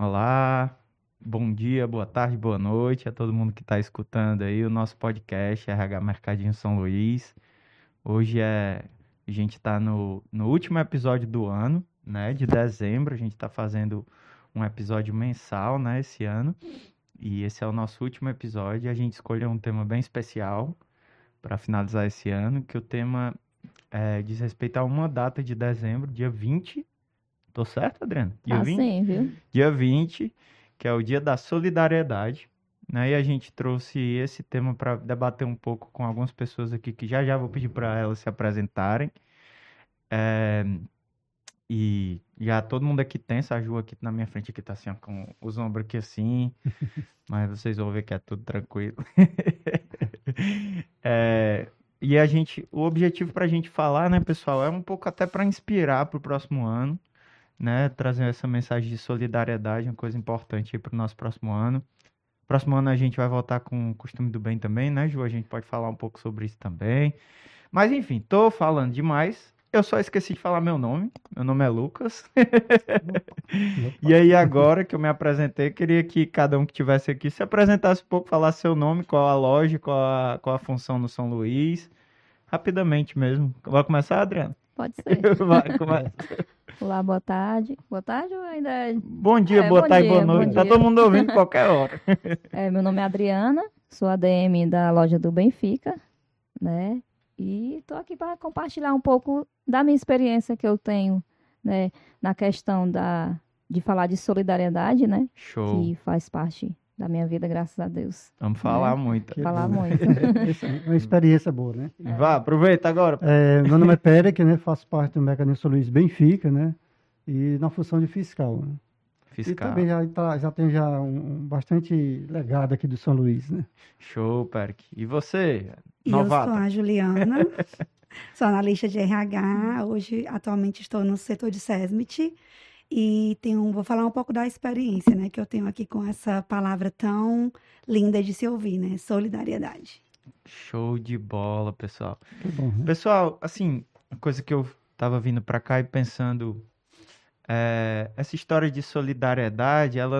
Olá, bom dia, boa tarde, boa noite a todo mundo que está escutando aí o nosso podcast RH Mercadinho São Luís. A gente está no último episódio do ano, né, de dezembro. A gente está fazendo um episódio mensal, né, esse ano. E esse é o nosso último episódio. A gente escolheu um tema bem especial para finalizar esse ano, que o tema diz respeito a uma data de dezembro, dia 20. Tô certo, Adriana? Dia Tá 20? sim, viu? Dia 20, que é o Dia da Solidariedade, né? E a gente trouxe esse tema para debater um pouco com algumas pessoas aqui que já vou pedir para elas se apresentarem. E já todo mundo aqui tenso, a Ju aqui na minha frente aqui tá assim, ó, com os ombros aqui assim, mas vocês vão ver que é tudo tranquilo. É, o objetivo para a gente falar, né, pessoal, é um pouco até para inspirar para o próximo ano, né? Trazer essa mensagem de solidariedade, uma coisa importante aí para o nosso próximo ano. Próximo ano a gente vai voltar com o Costume do Bem também, né, Ju? A gente pode falar um pouco sobre isso também. Mas enfim, tô falando demais. Eu só esqueci de falar meu nome. Meu nome é Lucas. E aí, agora que eu me apresentei, queria que cada um que estivesse aqui se apresentasse um pouco, falasse seu nome, qual a loja, qual a função no São Luís. Rapidamente mesmo. Vai começar, Adriano? Pode ser. Vai, começa. Olá, boa tarde. Boa tarde ou ainda é... Bom dia, boa bom tarde, boa dia, bom noite. Tá dia. todo mundo ouvindo qualquer hora. Meu nome é Adriana, sou ADM da loja do Benfica, né? E tô aqui para compartilhar um pouco da minha experiência que eu tenho, né, na questão de falar de solidariedade, né? Show. Que faz parte da minha vida, graças a Deus. Vamos falar muito. Que Falar bom. muito. Essa é uma experiência boa, né? Vá, aproveita agora. Meu nome é Pérez, né? Faço parte do Mercadinho São Luís Benfica, né? E na função de fiscal, né? E Fiscal. também já tenho bastante legado aqui do São Luís, né? Show, Perk. E você, E eu sou novata? a Juliana, sou analista de RH, hoje atualmente estou no setor de SESMIT e vou falar um pouco da experiência, né, que eu tenho aqui com essa palavra tão linda de se ouvir, né, solidariedade. Show de bola, pessoal. Que bom, né? Pessoal, assim, uma coisa que eu tava vindo pra cá e pensando, essa história de solidariedade, ela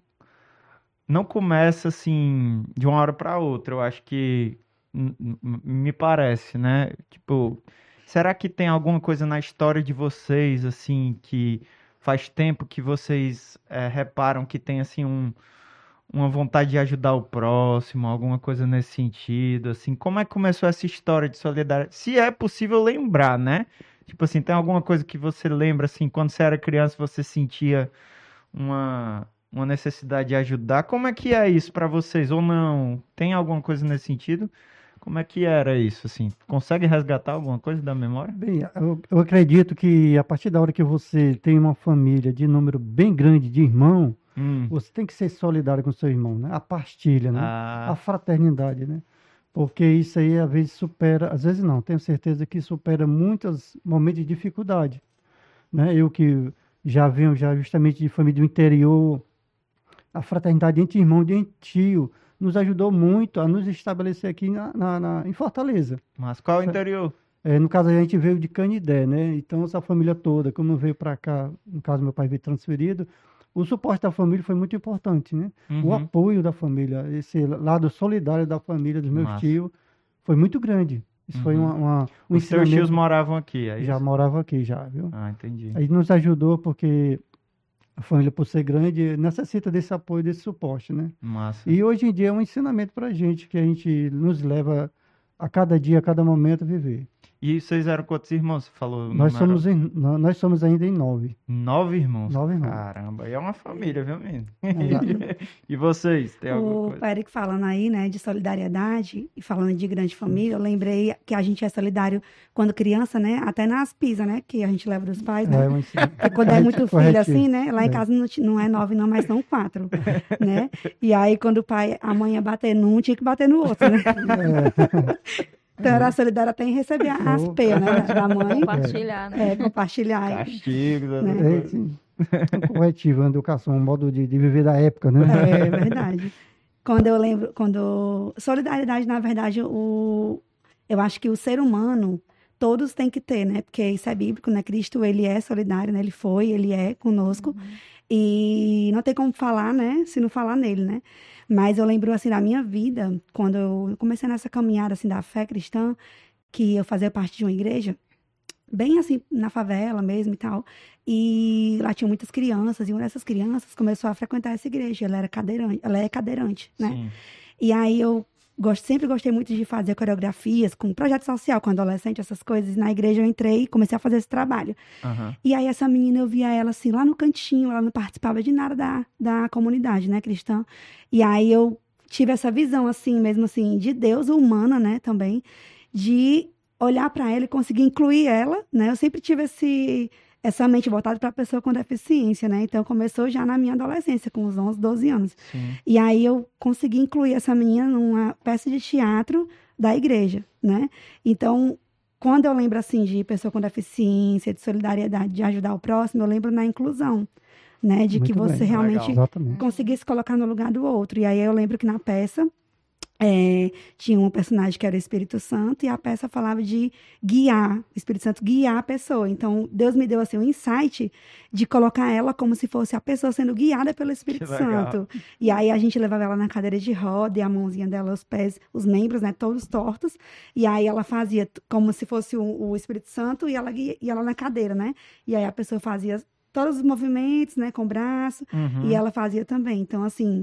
não começa assim de uma hora pra outra. Eu acho que me parece, né? Tipo, será que tem alguma coisa na história de vocês assim que faz tempo que vocês reparam que tem assim uma vontade de ajudar o próximo, alguma coisa nesse sentido, assim, como é que começou essa história de solidariedade? Se é possível lembrar, né? Tipo assim, tem alguma coisa que você lembra, assim, quando você era criança, você sentia uma necessidade de ajudar? Como é que é isso pra vocês? Ou não? Tem alguma coisa nesse sentido? Como é que era isso, assim? Consegue resgatar alguma coisa da memória? Bem, eu acredito que a partir da hora que você tem uma família de número bem grande de irmão, você tem que ser solidário com seu irmão, né? A partilha, né? A fraternidade, né? Porque isso aí às vezes supera, às vezes não, tenho certeza que supera muitos momentos de dificuldade, né? Eu que já venho já justamente de família do interior, a fraternidade entre irmão e entre tio nos ajudou muito a nos estabelecer aqui em Fortaleza. Mas qual é o interior? No caso, a gente veio de Canidé, né? Então, essa família toda, como veio para cá, no caso, meu pai veio transferido, o suporte da família foi muito importante, né? O apoio da família, esse lado solidário da família, dos meus Massa. tios, foi muito grande. Isso foi um Os seus ensinamento. tios moravam aqui, é Já isso? morava aqui, já, viu? Ah, entendi. Aí nos ajudou porque a família, por ser grande, necessita desse apoio, desse suporte, né? Massa. E hoje em dia é um ensinamento para a gente, que a gente nos leva a cada dia, a cada momento a viver. E vocês eram quantos irmãos? Você falou o Nós número? nós somos ainda em 9. 9 irmãos. 9 irmãos. Caramba, aí é uma família, viu, menino? Exato. E vocês, tem alguma O coisa? Périco falando aí, né, de solidariedade e falando de grande família, eu lembrei que a gente é solidário quando criança, né, até nas pisas, né, que a gente leva dos pais, né? Um ensinamento. Porque quando é muito filho Corretivo. assim, né? Lá em É. casa não é 9, não, mas são 4, né? E aí, quando a mãe ia bater num, tinha que bater no outro, né? Então, era solidário até em receber as Show. peias, né? Da mãe. Compartilhar, né? Compartilhar. Castigos, essas Né? coisas. Sim. Um corretivo, uma educação, um modo de viver da época, né? É verdade. Solidariedade, na verdade, eu acho que o ser humano, todos têm que ter, né? Porque isso é bíblico, né? Cristo, ele é solidário, né? Ele é conosco. E não tem como falar, né, se não falar nele, né? Mas eu lembro, assim, da minha vida, quando eu comecei nessa caminhada, assim, da fé cristã, que eu fazia parte de uma igreja, bem assim, na favela mesmo e tal. E lá tinha muitas crianças, e uma dessas crianças começou a frequentar essa igreja. Ela é cadeirante, né? Sim. E aí eu sempre gostei muito de fazer coreografias com projeto social, com adolescente, essas coisas. Na igreja eu entrei e comecei a fazer esse trabalho. Uhum. E aí essa menina, eu via ela assim, lá no cantinho, ela não participava de nada da comunidade, né, cristã. E aí eu tive essa visão, assim, mesmo assim, de Deus, humana, né, também, de olhar para ela e conseguir incluir ela, né? Eu sempre tive essa mente voltada para a pessoa com deficiência, né? Então, começou já na minha adolescência, com uns 11, 12 anos. Sim. E aí, eu consegui incluir essa menina numa peça de teatro da igreja, né? Então, quando eu lembro, assim, de pessoa com deficiência, de solidariedade, de ajudar o próximo, eu lembro na inclusão, né? De que você realmente conseguisse colocar no lugar do outro. E aí, eu lembro que na peça, tinha um personagem que era o Espírito Santo, e a peça falava de guiar, o Espírito Santo guiar a pessoa. Então, Deus me deu assim um insight de colocar ela como se fosse a pessoa sendo guiada pelo Espírito Santo. E aí a gente levava ela na cadeira de roda, e a mãozinha dela, os pés, os membros, né, todos tortos. E aí ela fazia como se fosse o Espírito Santo, e ela na cadeira, né? E aí a pessoa fazia todos os movimentos, né, com o braço, e ela fazia também. Então, assim,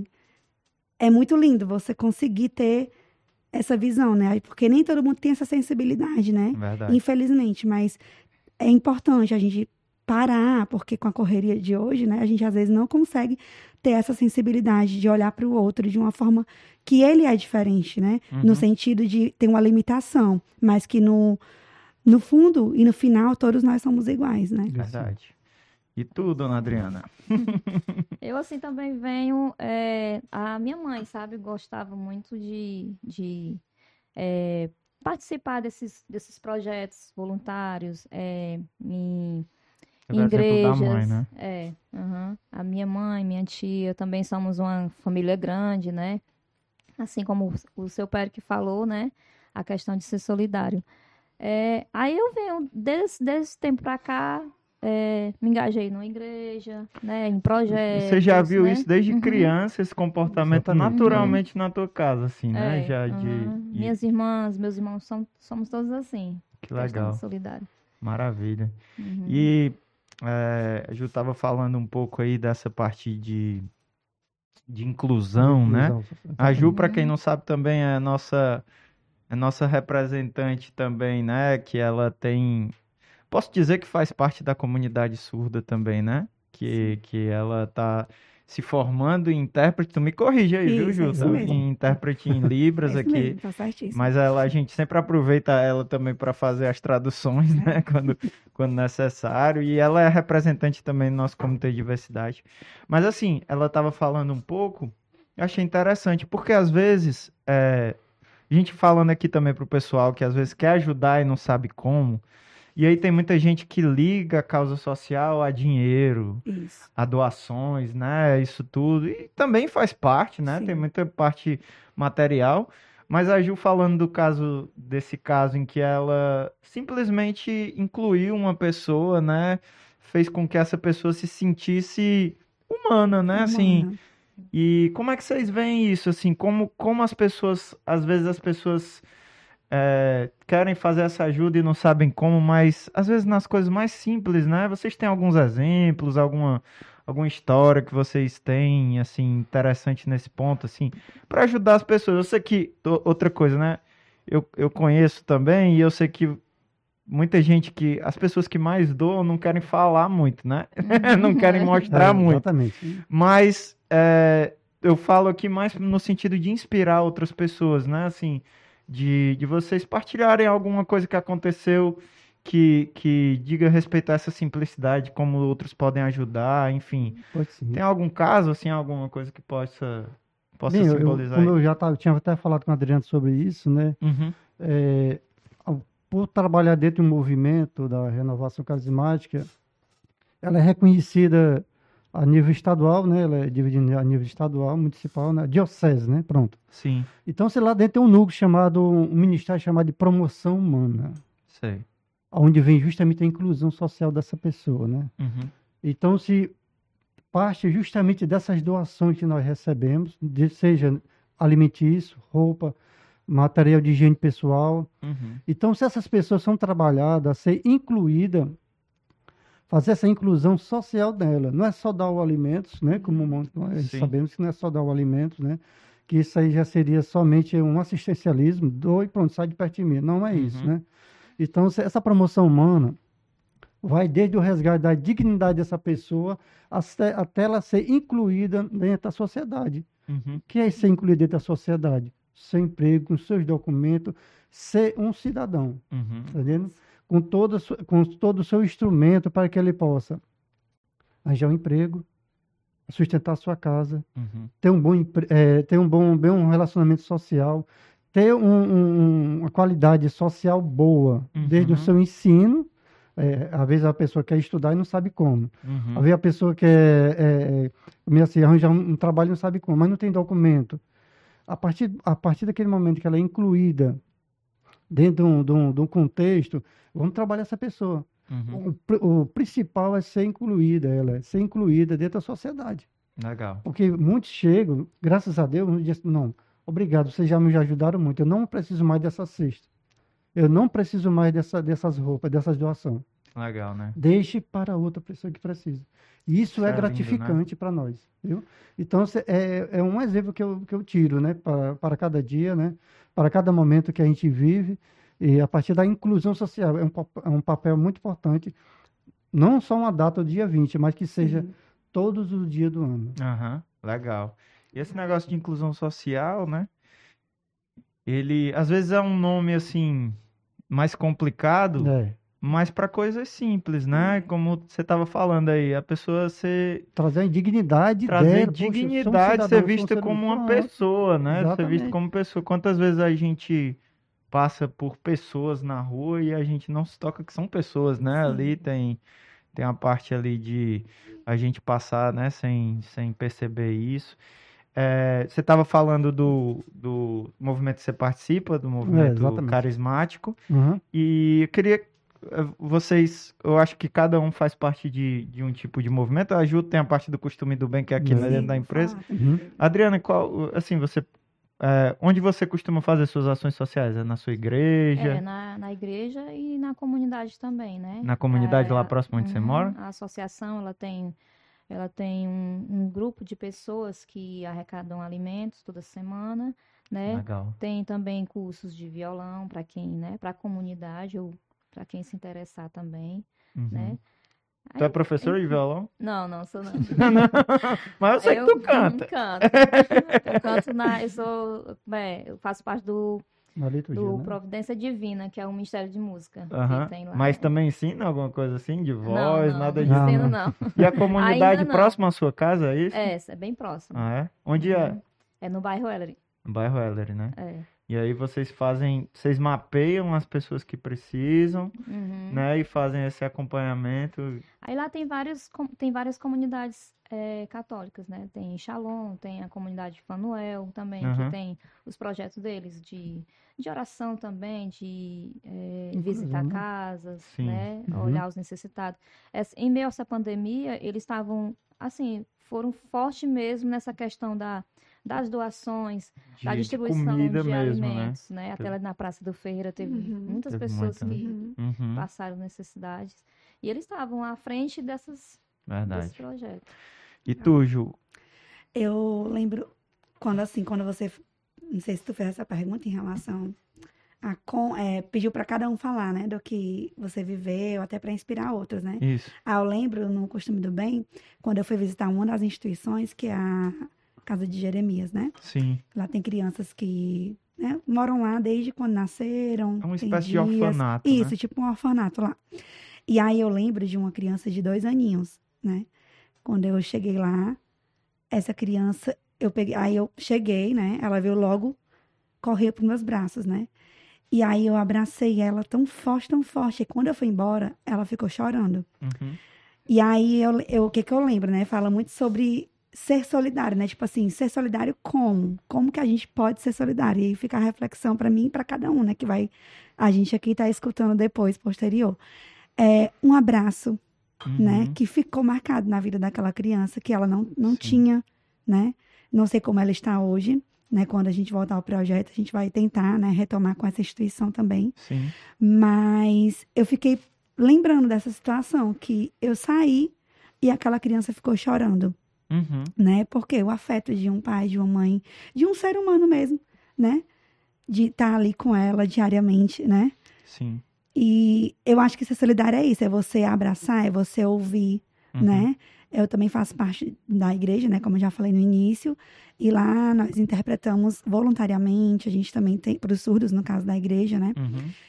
é muito lindo você conseguir ter essa visão, né? Porque nem todo mundo tem essa sensibilidade, né? Verdade. Infelizmente, mas é importante a gente parar, porque com a correria de hoje, né, a gente às vezes não consegue ter essa sensibilidade de olhar para o outro de uma forma que ele é diferente, né? No sentido de ter uma limitação, mas que no fundo e no final todos nós somos iguais, né? Verdade. E tu, dona Adriana? Eu, assim, também venho... a minha mãe, sabe, gostava muito de participar desses projetos voluntários em igrejas. Da mãe, né? A minha mãe, minha tia, também somos uma família grande, né? Assim como o seu Périco falou, né? A questão de ser solidário. Aí eu venho, desde tempo pra cá, me engajei numa igreja, né, em projetos. Você já viu né? isso desde criança, esse comportamento naturalmente na tua casa, assim, né? Minhas irmãs, meus irmãos, somos todos assim. Que legal. Solidário. Maravilha. E a Ju estava falando um pouco aí dessa parte de inclusão, né? A Ju, para quem não sabe, também é nossa representante também, né? Que ela tem... Posso dizer que faz parte da comunidade surda também, né? Que ela está se formando em intérprete. Tu me corrige aí, viu, Ju? Em intérprete em Libras aqui. Mesmo, tá certíssimo. Mas a gente sempre aproveita ela também para fazer as traduções, né? Quando necessário. E ela é representante também do nosso Comitê de Diversidade. Mas assim, ela estava falando um pouco, eu achei interessante, porque às vezes, a gente falando aqui também pro pessoal que às vezes quer ajudar e não sabe como. E aí tem muita gente que liga a causa social a dinheiro, a doações, né? Isso tudo. E também faz parte, né? Sim. Tem muita parte material. Mas a Ju falando desse caso em que ela simplesmente incluiu uma pessoa, né? Fez com que essa pessoa se sentisse humana, né? Assim, e como é que vocês veem isso? Assim, como as pessoas, às vezes as pessoas... querem fazer essa ajuda e não sabem como, mas às vezes nas coisas mais simples, né? Vocês têm alguns exemplos, alguma história que vocês têm, assim, interessante nesse ponto, assim, para ajudar as pessoas? Eu sei que, outra coisa, né? Eu conheço também e eu sei que muita gente as pessoas que mais doam não querem falar muito, né? Não querem mostrar muito. Exatamente. Mas eu falo aqui mais no sentido de inspirar outras pessoas, né? Assim, de vocês partilharem alguma coisa que aconteceu que diga respeito a essa simplicidade, como outros podem ajudar, enfim. Pode sim. Tem algum caso, assim, alguma coisa que possa Bem, simbolizar? Como eu tinha até falado com a Adriana sobre isso, né? Por trabalhar dentro do movimento da renovação carismática, ela é reconhecida a nível estadual, né? Ela é dividida a nível estadual, municipal, né? Diocese, né? Pronto. Sim. Então, lá dentro tem um ministério chamado de promoção humana. Sei. Onde vem justamente a inclusão social dessa pessoa, né? Uhum. Então, parte justamente dessas doações que nós recebemos, seja alimentício, roupa, material de higiene pessoal. Então, se essas pessoas são trabalhadas, a ser incluída, fazer essa inclusão social dela, não é só dar o alimentos, né? Como nós sabemos que não é só dar o alimentos, né? Que isso aí já seria somente um assistencialismo, doe, pronto, sai de perto de mim. Não é isso, né? Então, essa promoção humana vai desde o resgate da dignidade dessa pessoa até ela ser incluída dentro da sociedade. O que é ser incluído dentro da sociedade? Seu emprego, com seus documentos, ser um cidadão, tá entendendo? Com todo o seu instrumento para que ele possa arranjar um emprego, sustentar a sua casa, ter um relacionamento social, ter uma qualidade social boa, desde o seu ensino. Às vezes a pessoa quer estudar e não sabe como. Às vezes a pessoa quer assim, arranjar um trabalho e não sabe como, mas não tem documento. A partir daquele momento que ela é incluída dentro de um contexto, vamos trabalhar essa pessoa. O principal é ser incluída dentro da sociedade. Legal. Porque muitos chegam, graças a Deus, dizem, não, obrigado, vocês já me ajudaram muito, eu não preciso mais dessa cesta. Eu não preciso mais dessas roupas, dessas doações. Legal, né? Deixe para outra pessoa que precisa. E isso é gratificante, né, para nós, viu? Então, é um exemplo que eu tiro, né, para cada dia, né, para cada momento que a gente vive, e a partir da inclusão social. É um papel muito importante, não só uma data, o dia 20, mas que seja todos os dias do ano. Legal. E esse negócio de inclusão social, né, ele, às vezes é um nome, assim, mais complicado, mas para coisas simples, né? Como você estava falando aí, a pessoa trazer dignidade, ser vista como uma pessoa, né? Exatamente. Ser visto como pessoa. Quantas vezes a gente passa por pessoas na rua e a gente não se toca que são pessoas, né? Sim. Ali tem a parte ali de a gente passar, né? Sem perceber isso. Você estava falando do movimento que você participa, do movimento carismático, e eu queria eu acho que cada um faz parte de um tipo de movimento. A Ju tem a parte do costume do bem, que é aqui dentro da empresa. Adriana, onde você costuma fazer suas ações sociais? É na sua igreja? Na igreja e na comunidade também, né? Na comunidade lá próximo onde você mora? A associação, ela tem um grupo de pessoas que arrecadam alimentos toda semana, né? Legal. Tem também cursos de violão para quem, né? Para a comunidade ou para quem se interessar também, né? Tu é professor de violão? Não sou não. Mas eu sei que tu canta. Eu canto eu faço parte do liturgia, né? Providência Divina, que é um ministério de música que tem lá. Mas também ensina alguma coisa assim, de voz, nada disso? Não ensino, não. E a comunidade próxima à sua casa, é isso? É bem próximo. Onde é? É no bairro Ellery. No bairro Ellery, né? É. E aí vocês mapeiam as pessoas que precisam, né? E fazem esse acompanhamento. Aí lá tem várias comunidades católicas, né? Tem Shalom, tem a comunidade Fanuel também, que tem os projetos deles de oração também, de visitar casas, né? Olhar os necessitados. Em meio a essa pandemia, eles estavam, assim, foram fortes mesmo nessa questão das doações, da distribuição de alimentos, né? Até lá na Praça do Ferreira teve muitas pessoas que passaram necessidades. E eles estavam à frente desse projeto. E tu, Ju? Eu lembro quando você, não sei se tu fez essa pergunta em relação pediu para cada um falar, né, do que você viveu, até para inspirar outros, né? Isso. Eu lembro no Costume do Bem, quando eu fui visitar uma das instituições, que é a Casa de Jeremias, né? Sim. Lá tem crianças que, né, moram lá desde quando nasceram. É uma espécie de orfanato, Isso, né? tipo um orfanato lá. E aí eu lembro de uma criança de 2 aninhos, né? Quando eu cheguei lá, essa criança, aí eu cheguei, né? Ela veio logo, correu para os meus braços, né? E aí eu abracei ela tão forte. E quando eu fui embora, ela ficou chorando. E aí, o que eu lembro, né? Fala muito sobre ser solidário, né? Tipo assim, ser solidário como? Como que a gente pode ser solidário? E aí fica a reflexão para mim e para cada um, né? Que a gente aqui tá escutando depois, posterior. Um abraço, né? Que ficou marcado na vida daquela criança, que ela não tinha, né? Não sei como ela está hoje, né? Quando a gente voltar ao projeto, a gente vai tentar, né, retomar com essa instituição também. Sim. Mas eu fiquei lembrando dessa situação, que eu saí e aquela criança ficou chorando, né? Porque o afeto de um pai, de uma mãe, de um ser humano mesmo, né? De estar ali com ela diariamente, né? Sim. E eu acho que ser solidário é isso, é você abraçar, é você ouvir, né? Eu também faço parte da igreja, né? Como eu já falei no início. E lá nós interpretamos voluntariamente. A gente também tem, para os surdos, no caso da igreja, né?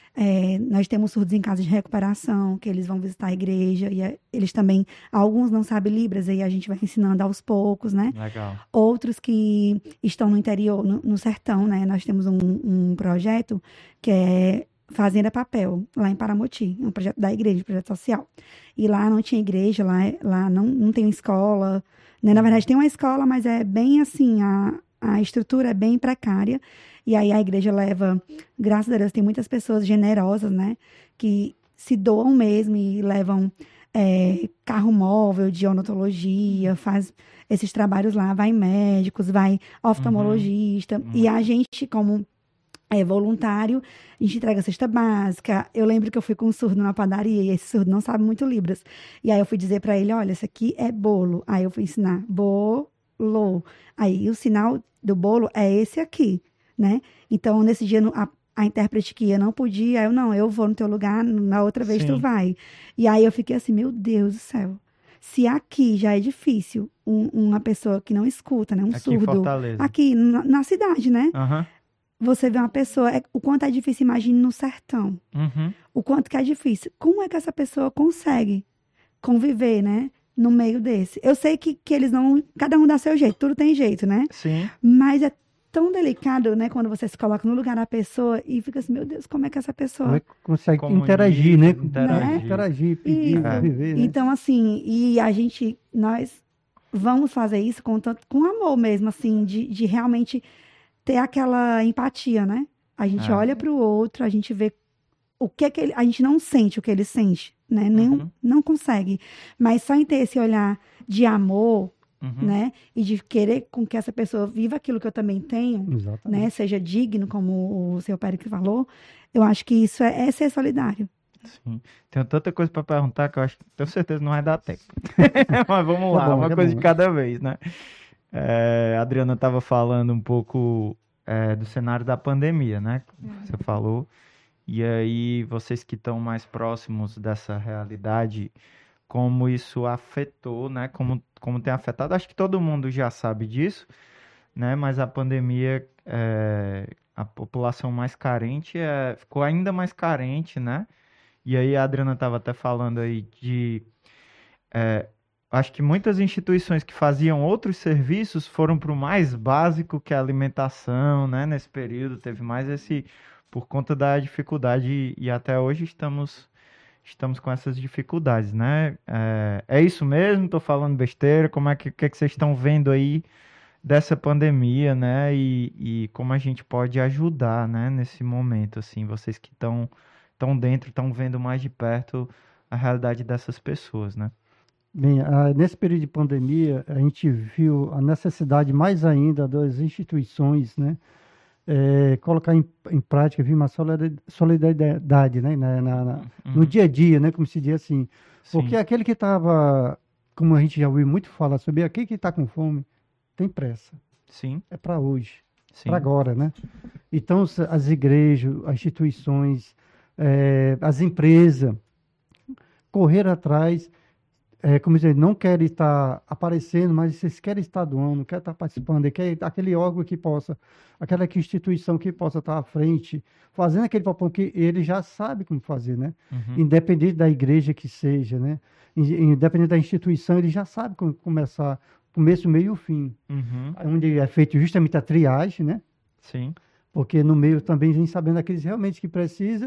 Nós temos surdos em casa de recuperação, que eles vão visitar a igreja. E eles também, alguns não sabem Libras, aí a gente vai ensinando aos poucos, né? Legal. Outros que estão no interior, no sertão, né? Nós temos um projeto que é Fazenda Papel, lá em Paramoti, um projeto da igreja, um projeto social. E lá não tinha igreja, lá não tem escola, né? Na verdade tem uma escola, mas é bem assim, a estrutura é bem precária. E aí a igreja leva, graças a Deus, tem muitas pessoas generosas, né? Que se doam mesmo e levam carro móvel de odontologia, faz esses trabalhos lá, vai médicos, vai oftalmologista. E a gente, como voluntário, a gente entrega cesta básica. Eu lembro que eu fui com um surdo na padaria e esse surdo não sabe muito Libras. E aí eu fui dizer para ele, olha, isso aqui é bolo. Aí eu fui ensinar bolo. Aí o sinal do bolo é esse aqui, né? Então, nesse dia, a intérprete que ia não podia, eu vou no teu lugar, na outra vez tu vai. E aí eu fiquei assim, meu Deus do céu. Se aqui já é difícil uma pessoa que não escuta, né? Um aqui surdo. Em Fortaleza. Aqui na cidade, né? Você vê uma pessoa, o quanto é difícil, imagine no sertão. O quanto que é difícil. Como é que essa pessoa consegue conviver, né? No meio desse. Eu sei que eles não... Cada um dá seu jeito, tudo tem jeito, né? Sim. Mas é tão delicado, né? Quando você se coloca no lugar da pessoa e fica assim, meu Deus, como é que essa pessoa... consegue interagir, né? Interagir, pedir, viver, né? Então, assim, nós vamos fazer isso com amor mesmo, assim, de realmente... ter aquela empatia, né? A gente olha para o outro, a gente vê o que ele... A gente não sente o que ele sente, né? Não consegue. Mas só em ter esse olhar de amor, né? E de querer com que essa pessoa viva aquilo que eu também tenho, né? Seja digno, como o seu Pérez falou. Eu acho que isso é ser solidário. Sim. Tenho tanta coisa para perguntar que eu acho que tenho certeza não vai dar tempo. Mas vamos lá, uma coisa de cada vez, né? A Adriana estava falando um pouco do cenário da pandemia, né? Você falou. E aí, vocês que estão mais próximos dessa realidade, como isso afetou, né? Como tem afetado. Acho que todo mundo já sabe disso, né? Mas a pandemia, a população mais carente ficou ainda mais carente, né? E aí a Adriana estava até falando aí de... acho que muitas instituições que faziam outros serviços foram para o mais básico, que é a alimentação, né? Nesse período teve mais por conta da dificuldade, e até hoje estamos com essas dificuldades, né? É isso mesmo? Estou falando besteira? Como que vocês estão vendo aí dessa pandemia, né? E como a gente pode ajudar, né? Nesse momento, assim, vocês que estão dentro, estão vendo mais de perto a realidade dessas pessoas, né? Bem, nesse período de pandemia, a gente viu a necessidade mais ainda das instituições, né, colocar em prática, uma solidariedade, né, no dia a dia, né, como se diz assim. Porque aquele que estava, como a gente já ouviu muito falar sobre, aquele que está com fome, tem pressa. Sim. É para hoje, para agora, né? Então, as igrejas, as instituições, as empresas, correr atrás... como dizer, não querem estar aparecendo, mas vocês querem estar doando, querem estar participando, quer aquele órgão que possa, aquela instituição que possa estar à frente, fazendo aquele papel que ele já sabe como fazer, né? Independente da igreja que seja, né? Independente da instituição, ele já sabe como começar, começo, meio e o fim. Onde é feito justamente a triagem, né? Sim. Porque no meio também vem sabendo aqueles realmente que precisa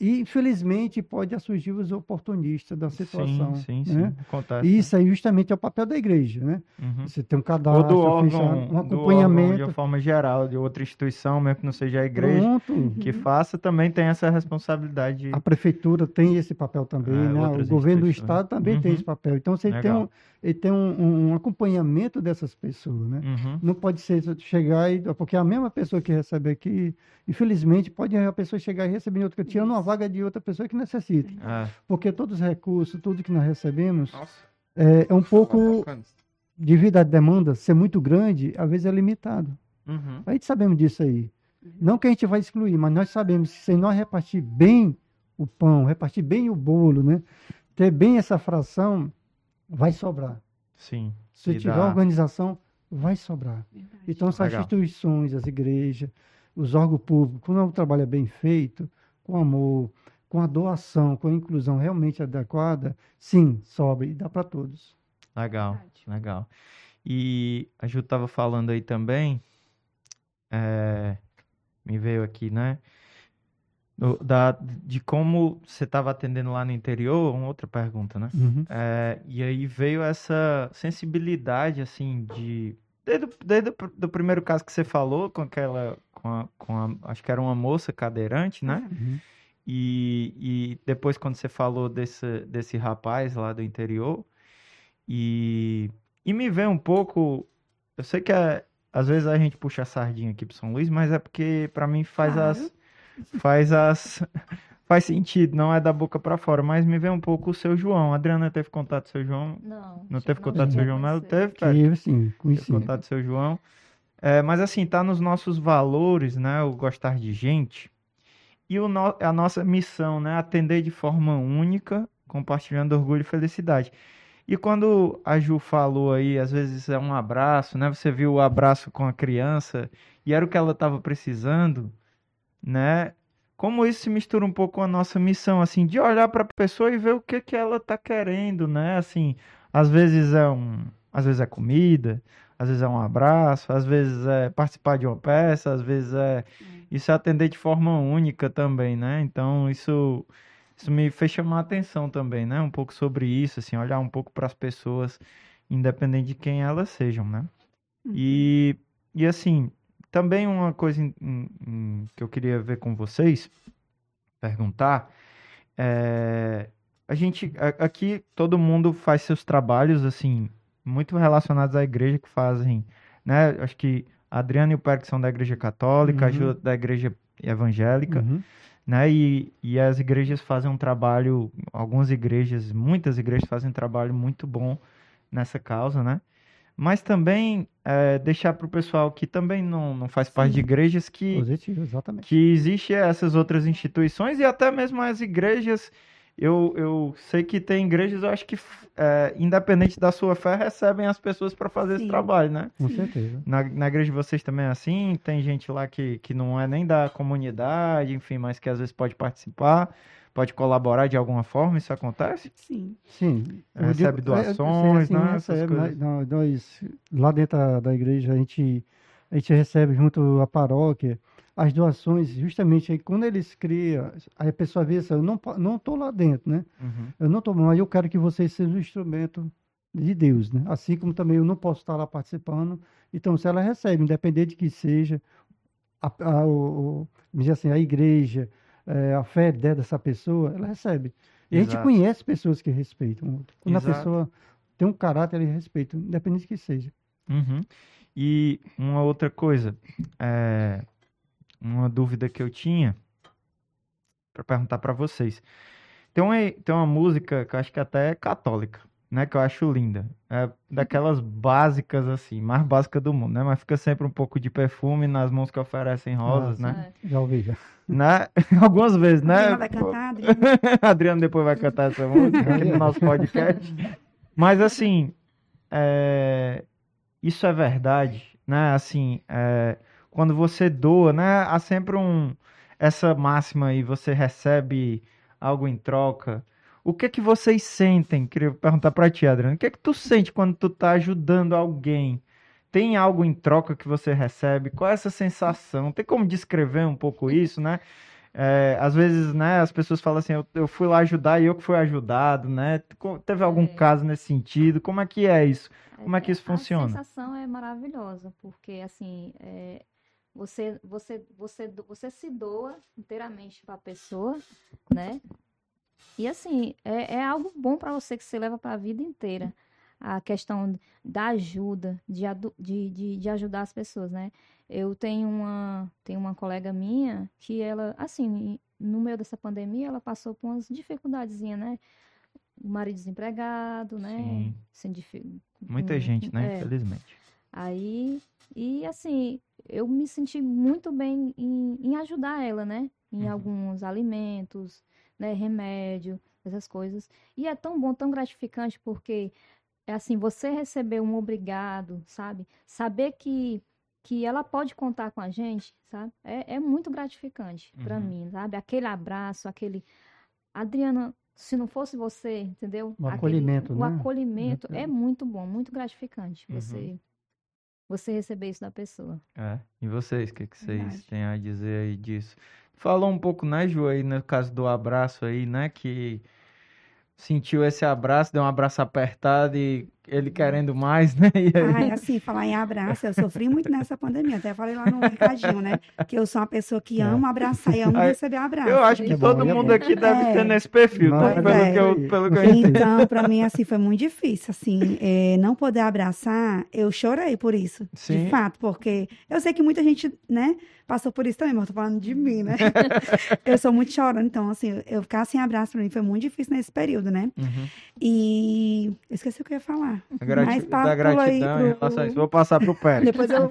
E, infelizmente, pode surgir os oportunistas da situação. Sim, né? Acontece. E isso aí justamente é o papel da igreja, né? Você tem um cadastro, ou do órgão, um acompanhamento. De uma forma geral, de outra instituição, mesmo que não seja a igreja, que faça, também tem essa responsabilidade. A prefeitura tem esse papel também, né? O governo do estado também tem esse papel. Então, você tem um acompanhamento dessas pessoas, né? Não pode ser chegar e... Porque a mesma pessoa que recebe aqui, infelizmente, pode a pessoa chegar e receber em outra, tirando uma vaga de outra pessoa que necessita. Porque todos os recursos, tudo que nós recebemos, é um pouco, devido à demanda ser muito grande, às vezes é limitado. A gente sabemos disso aí. Não que a gente vai excluir, mas nós sabemos que se nós repartir bem o pão, repartir bem o bolo, né? Ter bem essa fração, vai sobrar. Sim. Se tiver organização, vai sobrar. Verdade. Então, essas instituições, as igrejas, os órgãos públicos, quando o trabalho é bem feito, com amor, com a doação, com a inclusão realmente adequada, sim, sobra e dá para todos. Legal. E a Ju estava falando aí também, me veio aqui, né? De como você estava atendendo lá no interior, uma outra pergunta, né? E aí veio essa sensibilidade, assim, desde o primeiro caso que você falou, acho que era uma moça cadeirante, né? E depois quando você falou desse rapaz lá do interior, e me veio um pouco, eu sei que às vezes a gente puxa a sardinha aqui pro São Luís, mas é porque para mim faz sentido, não é da boca para fora, mas me veio um pouco o seu João. A Adriana teve contato com o seu João? Não Teve contato com o seu João, mas teve? Teve, sim, conheci. Teve contato com o seu João. Mas assim, tá nos nossos valores, né, o gostar de gente, e a nossa missão, né, atender de forma única, compartilhando orgulho e felicidade. E quando a Ju falou aí, às vezes é um abraço, né? Você viu o abraço com a criança e era o que ela estava precisando, né? Como isso se mistura um pouco com a nossa missão, assim, de olhar para a pessoa e ver o que ela está querendo, né? Assim, às vezes é comida, às vezes é um abraço, às vezes é participar de uma peça, às vezes isso é atender de forma única também, né? Então, isso me fez chamar a atenção também, né? Um pouco sobre isso, assim, olhar um pouco para as pessoas, independente de quem elas sejam, né? E assim, também uma coisa que eu queria ver com vocês, perguntar, a gente, aqui todo mundo faz seus trabalhos, assim, muito relacionados à igreja que fazem, né? Acho que a Adriana e o Perk são da igreja católica, a Ju da igreja evangélica, né? E as igrejas fazem um trabalho, muitas igrejas fazem um trabalho muito bom nessa causa, né? Mas também deixar para o pessoal que também não faz parte de igrejas Positivo, exatamente. Que existem essas outras instituições e até mesmo as igrejas. Eu sei que tem igrejas, eu acho que independente da sua fé, recebem as pessoas para fazer esse trabalho, né? Com certeza. Na igreja de vocês também é assim? Tem gente lá que não é nem da comunidade, enfim, mas que às vezes pode participar, pode colaborar de alguma forma, isso acontece? Sim. Recebe doações, né? Nós, lá dentro da igreja, a gente recebe junto à paróquia as doações, justamente aí, quando eles criam, aí a pessoa vê assim, eu não estou lá dentro, né? Eu não estou, mas eu quero que vocês sejam um instrumento de Deus, né? Assim como também eu não posso estar lá participando. Então, se ela recebe, independente de que seja, a igreja, a fé dessa pessoa, ela recebe. E a gente conhece pessoas que respeitam. Quando a pessoa tem um caráter, ele respeita, independente de que seja. E uma outra coisa, uma dúvida que eu tinha para perguntar para vocês. Tem uma música que eu acho que até é católica, né? Que eu acho linda. É daquelas básicas, assim, mais básica do mundo, né? Mas fica sempre um pouco de perfume nas mãos que oferecem rosas, né? Já ouvi, já. Né? Algumas vezes, né? Adriana vai cantar, Adriana. A Adriana depois vai cantar essa música aqui no nosso podcast. Mas, assim, isso é verdade, né? Assim, quando você doa, né? Há sempre essa máxima aí, você recebe algo em troca. O que é que vocês sentem? Queria perguntar pra ti, Adriano. O que é que tu sente quando tu tá ajudando alguém? Tem algo em troca que você recebe? Qual é essa sensação? Tem como descrever um pouco isso, né? às vezes, né, as pessoas falam assim, eu fui lá ajudar e eu que fui ajudado, né? Teve algum caso nesse sentido? Como é que é isso? Como é que isso funciona? A sensação é maravilhosa, porque assim, você se doa inteiramente para a pessoa, né? E assim, é algo bom para você que você leva para a vida inteira. A questão da ajuda, de ajudar as pessoas, né? Eu tenho uma colega minha que ela, assim, no meio dessa pandemia, ela passou por umas dificuldadezinhas, né? O marido desempregado, né? Sim. Muita gente, né? Infelizmente. Aí, e assim, eu me senti muito bem em ajudar ela, né? Em alguns alimentos, né? Remédio, essas coisas. E é tão bom, tão gratificante, porque é assim, você receber um obrigado, sabe? Saber que ela pode contar com a gente, sabe? É muito gratificante para mim, sabe? Aquele abraço, Adriana, se não fosse você, entendeu? O acolhimento, o acolhimento é muito bom, muito gratificante você receber isso da pessoa. E vocês, o que vocês têm a dizer aí disso? Falou um pouco, né, Ju, aí no caso do abraço aí, né, que sentiu esse abraço, deu um abraço apertado e ele querendo mais, né? E aí... assim, falar em abraço, eu sofri muito nessa pandemia. Até falei lá no recadinho, né? Que eu sou uma pessoa que ama abraçar e amo receber abraço. Eu acho que todo mundo aqui deve ter nesse perfil, tá? Pelo que eu entendi. Então, pra mim, assim, foi muito difícil, assim, não poder abraçar, eu chorei por isso, de fato, porque eu sei que muita gente, né, passou por isso também, mas eu tô falando de mim, né? Eu sou muito chorando, então, assim, eu ficar sem abraço pra mim foi muito difícil nesse período, né? E eu esqueci o que eu ia falar. Da gratidão em relação a isso. Vou passar pro Pérez. Depois eu...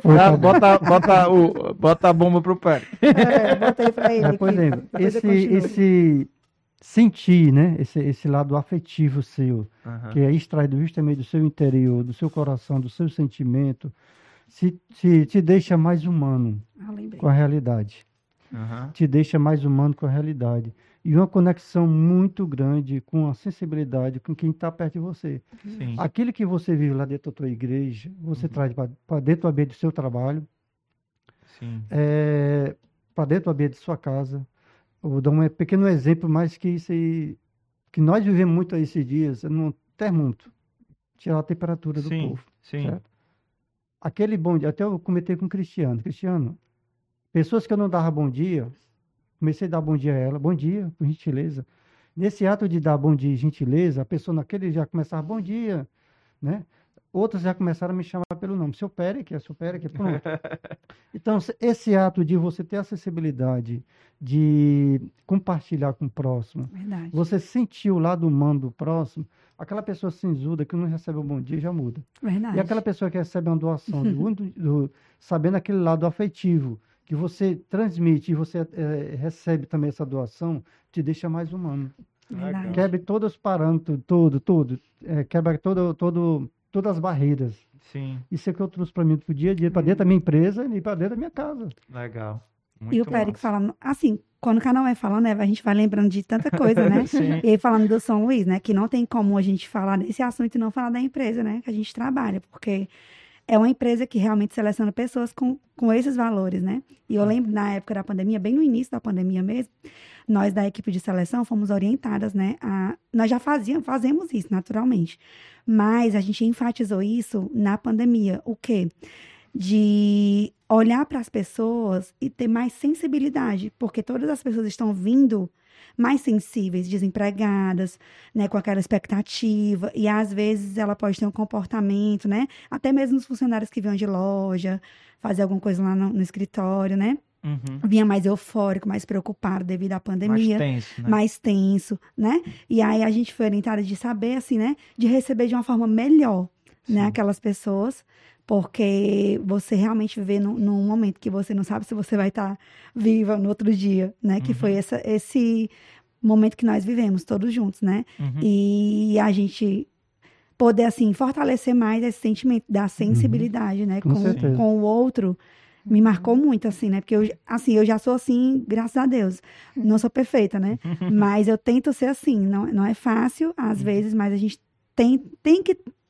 Bota a bomba pro Pérez. Botei pra ele. Por exemplo, esse sentir, né? Esse lado afetivo seu, que é extraído justamente do seu interior, do seu coração, do seu sentimento, te deixa mais humano com a realidade. Te deixa mais humano com a realidade. E uma conexão muito grande com a sensibilidade com quem está perto de você. Sim. Aquilo que você vive lá dentro da tua igreja, você traz para dentro do ambiente do seu trabalho, para dentro do ambiente de sua casa. Eu vou dar um pequeno exemplo, mas que nós vivemos muito esses dias, no termômetro, tirar a temperatura do povo. Certo? Aquele bom dia, até eu comentei com o Cristiano. Cristiano, pessoas que eu não dava bom dia, comecei a dar bom dia a ela, bom dia, por gentileza. Nesse ato de dar bom dia e gentileza, a pessoa naquele já começava, bom dia, né? Outras já começaram a me chamar pelo nome, seu Pérez, pronto. Então, esse ato de você ter a acessibilidade de compartilhar com o próximo, você sentir o lado humano do próximo, aquela pessoa cinzuda que não recebe um bom dia já muda. E aquela pessoa que recebe uma doação, sabendo aquele lado afetivo, que você transmite e você recebe também essa doação, te deixa mais humano. Quebre todos os parâmetros, quebra todas as barreiras. Sim. Isso é que eu trouxe para mim pro dia a dia, para dentro da minha empresa e para dentro da minha casa. Legal. Muito e o Pérez falando, assim, quando o canal vai falando, né, a gente vai lembrando de tanta coisa, né? E aí falando do São Luís, né, que não tem como a gente falar desse assunto e não falar da empresa, né, que a gente trabalha, porque é uma empresa que realmente seleciona pessoas com esses valores, né? E eu lembro, na época da pandemia, bem no início da pandemia mesmo, nós da equipe de seleção fomos orientadas, né? Nós já fazemos isso naturalmente, mas a gente enfatizou isso na pandemia. O quê? De olhar para as pessoas e ter mais sensibilidade, porque todas as pessoas estão vindo mais sensíveis, desempregadas, né, com aquela expectativa, e às vezes ela pode ter um comportamento, né, até mesmo os funcionários que vinham de loja, fazer alguma coisa lá no escritório, né, vinha mais eufórico, mais preocupado devido à pandemia, mais tenso, né, e aí a gente foi orientada de saber, assim, né, de receber de uma forma melhor, né, aquelas pessoas, porque você realmente vive num momento que você não sabe se você vai estar viva no outro dia, né? Que foi esse momento que nós vivemos todos juntos, né? E a gente poder, assim, fortalecer mais esse sentimento da sensibilidade, né? Com o outro, me marcou muito, assim, né? Porque eu já sou assim, graças a Deus. Não sou perfeita, né? Mas eu tento ser assim. Não é fácil, às vezes, mas a gente tem que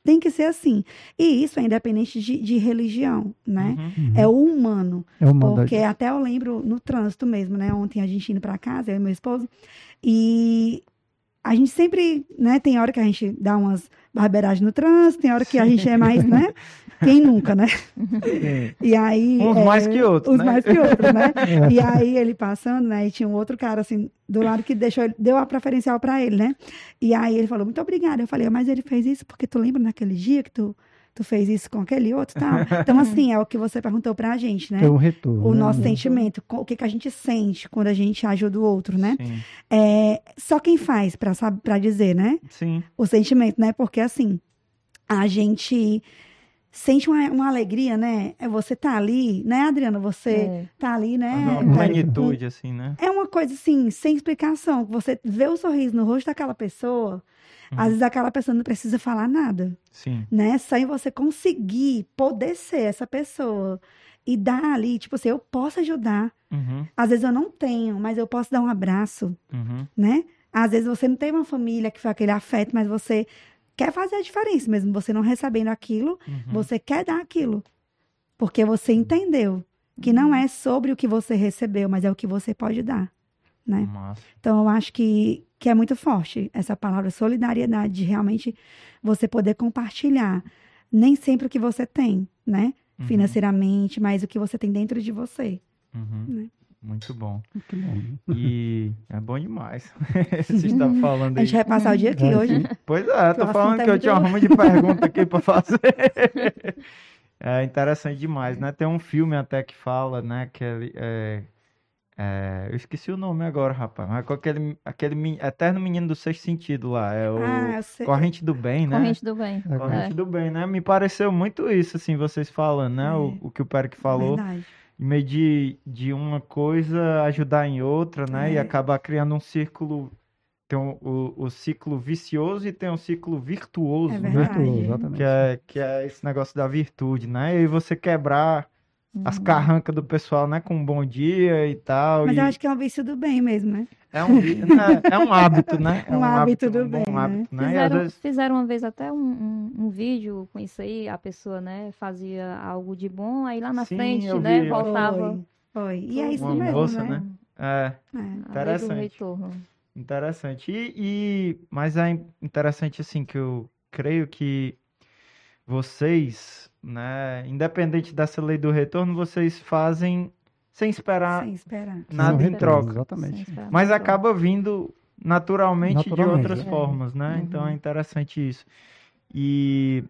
tem que ser assim. E isso é independente de religião, né? É o humano. Porque até eu lembro no trânsito mesmo, né? Ontem a gente indo para casa, eu e meu esposo, e a gente sempre, né? Tem hora que a gente dá umas barberagens no trânsito, tem hora que a gente é mais, né? Quem nunca, né? E aí... Uns mais que outros, Uns né? mais que outros, né? E aí ele passando, né? E tinha um outro cara, assim, do lado que deu a preferencial pra ele, né? E aí ele falou, muito obrigada. Eu falei, mas ele fez isso porque tu lembra naquele dia que tu fez isso com aquele outro e tal? Então, assim, é o que você perguntou pra gente, né? Tem um retorno. O nosso sentimento, o que a gente sente quando a gente ajuda o outro, né? Sim. Só quem faz pra dizer, né? Sim. O sentimento, né? Porque, assim, a gente... sente uma alegria, né? Você tá ali, né, Adriana? Você tá ali, né? Uma plenitude, assim, né? É uma coisa, assim, sem explicação. Você vê o sorriso no rosto daquela pessoa, às vezes aquela pessoa não precisa falar nada. Sim. Né? Só em você conseguir poder ser essa pessoa e dar ali, tipo assim, eu posso ajudar. Às vezes eu não tenho, mas eu posso dar um abraço, né? Às vezes você não tem uma família que foi aquele afeto, mas você... quer fazer a diferença, mesmo você não recebendo aquilo, você quer dar aquilo. Porque você entendeu que não é sobre o que você recebeu, mas é o que você pode dar, né? Massa. Então, eu acho que é muito forte essa palavra solidariedade, de realmente você poder compartilhar nem sempre o que você tem, né? Financeiramente, mas o que você tem dentro de você. Né? Muito bom. Muito bom. E é bom demais. Você está falando aí. A gente vai passar o dia aqui hoje. Pois é, tô falando que eu tinha um ramo de pergunta aqui para fazer. É interessante demais, né? Tem um filme até que fala, né? Que eu esqueci o nome agora, rapaz. Mas com aquele eterno menino do Sexto Sentido lá. É o Corrente do Bem, né? Corrente do Bem. Corrente do Bem, né? Me pareceu muito isso, assim, vocês falando, né? O que o Peric falou. Verdade. Em meio de uma coisa ajudar em outra, né? E acabar criando um círculo. Tem o ciclo vicioso e tem um ciclo virtuoso, né? Virtuoso, exatamente. Que é esse negócio da virtude, né? E aí você quebrar as carrancas do pessoal, né? Com um bom dia e tal. Mas eu acho que é um vício do bem mesmo, né? É um hábito, né? Um hábito do bom bem, hábito, né? Fizeram uma vez até um vídeo com isso aí, a pessoa, né, fazia algo de bom, aí lá na frente, né, voltava. Foi. E é isso uma mesmo, moça, né? Interessante. Interessante. Mas é interessante, assim, que eu creio que vocês, né, independente dessa lei do retorno, vocês fazem sem esperar nada em troca. Exatamente. Mas acaba vindo naturalmente de outras formas, né? Então é interessante isso. E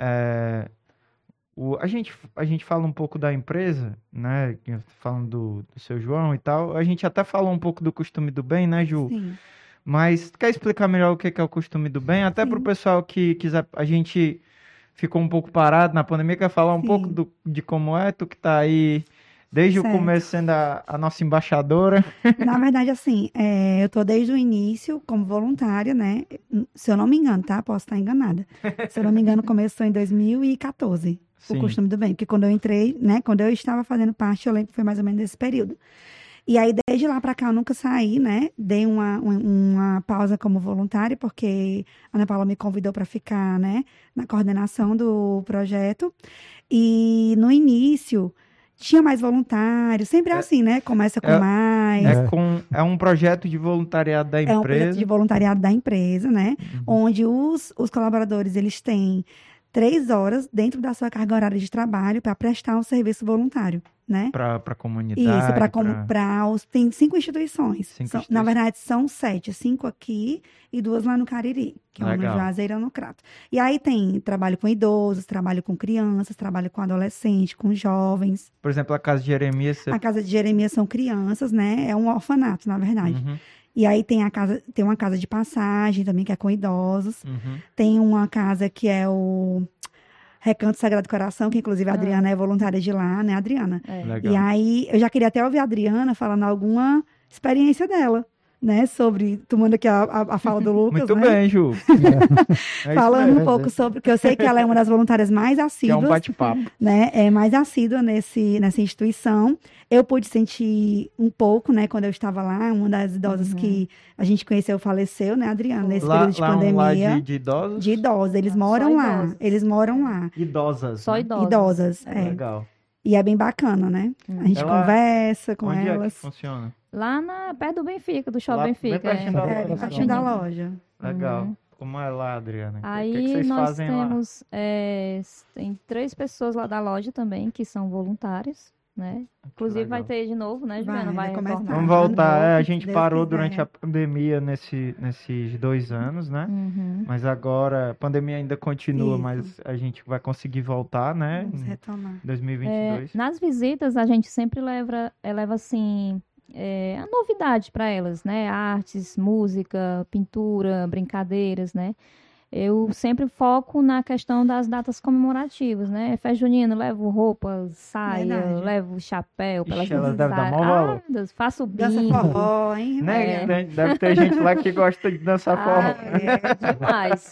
a gente fala um pouco da empresa, né? Falando do seu João e tal. A gente até falou um pouco do costume do bem, né, Ju? Sim. Mas quer explicar melhor o que é o costume do bem? Até para o pessoal que quiser... A gente ficou um pouco parado na pandemia, quer falar um pouco de como é, tu que tá aí desde o começo sendo a nossa embaixadora. Na verdade, assim, eu tô desde o início como voluntária, né? Se eu não me engano, tá? Posso estar enganada. Se eu não me engano, começou em 2014, o Costume do Bem. Porque quando eu entrei, né? Quando eu estava fazendo parte, eu lembro que foi mais ou menos nesse período. E aí, desde lá pra cá, eu nunca saí, né? Dei uma pausa como voluntária, porque a Ana Paula me convidou para ficar, né? Na coordenação do projeto. E no início... tinha mais voluntários, sempre é assim, né? Começa com mais. É um projeto de voluntariado da empresa. É um projeto de voluntariado da empresa, né? Onde os colaboradores, eles têm 3 horas dentro da sua carga horária de trabalho para prestar um serviço voluntário, né? Para a comunidade. Isso, tem 5 instituições. Na verdade, são 7. 5 aqui e 2 lá no Cariri, que é uma no Juazeiro e no Crato. E aí tem trabalho com idosos, trabalho com crianças, trabalho com adolescentes, com jovens. Por exemplo, a Casa de Jeremias... A Casa de Jeremias são crianças, né? É um orfanato, na verdade. E aí tem uma casa de passagem também, que é com idosos. Tem uma casa que é o Recanto Sagrado Coração, que inclusive a Adriana é voluntária de lá, né, Adriana? Legal. E aí eu já queria até ouvir a Adriana falando alguma experiência dela, né, sobre, tomando aqui a fala do Lucas, Muito né? bem, Ju. Falando um pouco sobre, porque eu sei que ela é uma das voluntárias mais assíduas. Que é um bate-papo. Né, é mais assídua nessa instituição. Eu pude sentir um pouco, né, quando eu estava lá, uma das idosas que a gente conheceu faleceu, né, Adriana, nesse período de pandemia. De idosos? De idosos, eles moram lá. Idosos. Eles moram lá. Idosas. Só né? idosas. Idosas, é. Legal. E é bem bacana, né? A gente conversa com onde elas. É que funciona? Lá perto do Benfica, do Shopping Lá, Benfica. bem pertinho da loja. Pertinho da loja. Legal. Como é lá, Adriana? Aí o que vocês nós fazem temos tem 3 pessoas lá da loja também que são voluntários, né? Inclusive vai ter de novo, né, Juliana? Vai começar. retornar. Vamos voltar. novo, A se gente Deus parou quiser. durante a pandemia nesses 2 anos, né? Mas agora a pandemia ainda continua, Isso. mas a gente vai conseguir voltar, né? Vamos Em retomar. 2022. Nas visitas a gente sempre leva assim a novidade para elas, né? Artes, música, pintura, brincadeiras, né? Eu sempre foco na questão das datas comemorativas, né? Festa junina, levo roupa, saia, Verdade. levo chapéu para elas Ixi, elas devem dar dançarem. mó valor. Deus, faço Dança bingo. forró, hein? Né? Deve ter gente lá que gosta de dançar forró. Demais.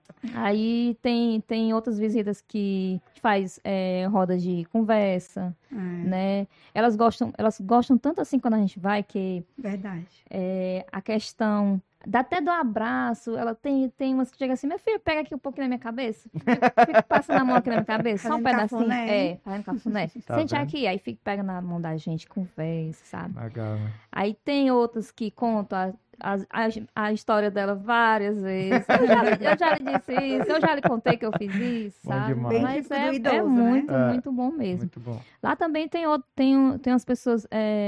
Aí tem outras visitas que faz roda de conversa, né? Elas gostam tanto assim quando a gente vai que Verdade. a questão até do abraço, ela tem umas que chegam assim, meu filho, pega aqui um pouquinho na minha cabeça, fica passando a mão aqui na minha cabeça, só um Fazendo pedacinho, cafuné. fazendo cafuné. Tá Sente vendo? aqui, aí fica pega na mão da gente, conversa, sabe? Legal, né? Aí tem outros que contam a história dela várias vezes. Eu já lhe disse isso, eu já lhe contei que eu fiz isso, Bom sabe? demais. Bem Mas típico do é idoso, muito, né? muito bom mesmo. Muito bom. Lá também tem umas pessoas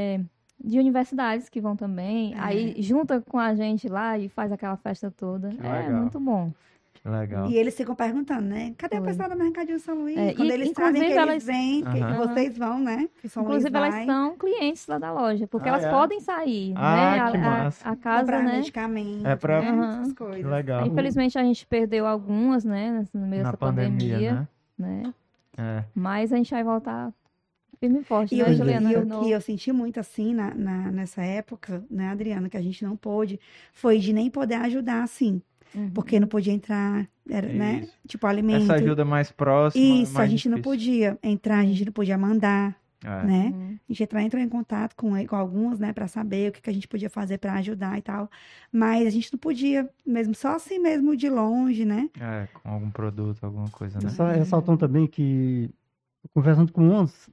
de universidades que vão também. Aí junta com a gente lá e faz aquela festa toda. Que É legal. muito bom. Que legal. E eles ficam perguntando, né? Cadê o Foi. pessoal do Mercadinho São Luís? É, Quando e, eles sabem que inclusive, eles vêm, que Aham. vocês vão, né? Que São Inclusive, Luís elas vai são clientes lá da loja, porque Ah, elas é? podem sair, Ah, né? que massa. A casa, comprar né? medicamentos, É pra- né? Aham. Essas Que coisas. legal. Infelizmente, a gente perdeu algumas, né? No meio Na dessa pandemia, né? né? Mas a gente vai voltar firme e forte, E né, eu, Juliana? e De o novo. que eu senti muito assim nessa época, né, Adriana, que a gente não pôde, foi de nem poder ajudar assim. Porque não podia entrar, né? Isso. Tipo, alimento. Essa ajuda mais próxima. Isso, a mais gente não difícil. podia entrar, a gente não podia mandar, É. né? A gente entrou em contato com alguns, né, para saber o que a gente podia fazer para ajudar e tal. Mas a gente não podia, mesmo só assim mesmo de longe, né? É, com algum produto, alguma coisa, né? Ressaltando também que, conversando com uns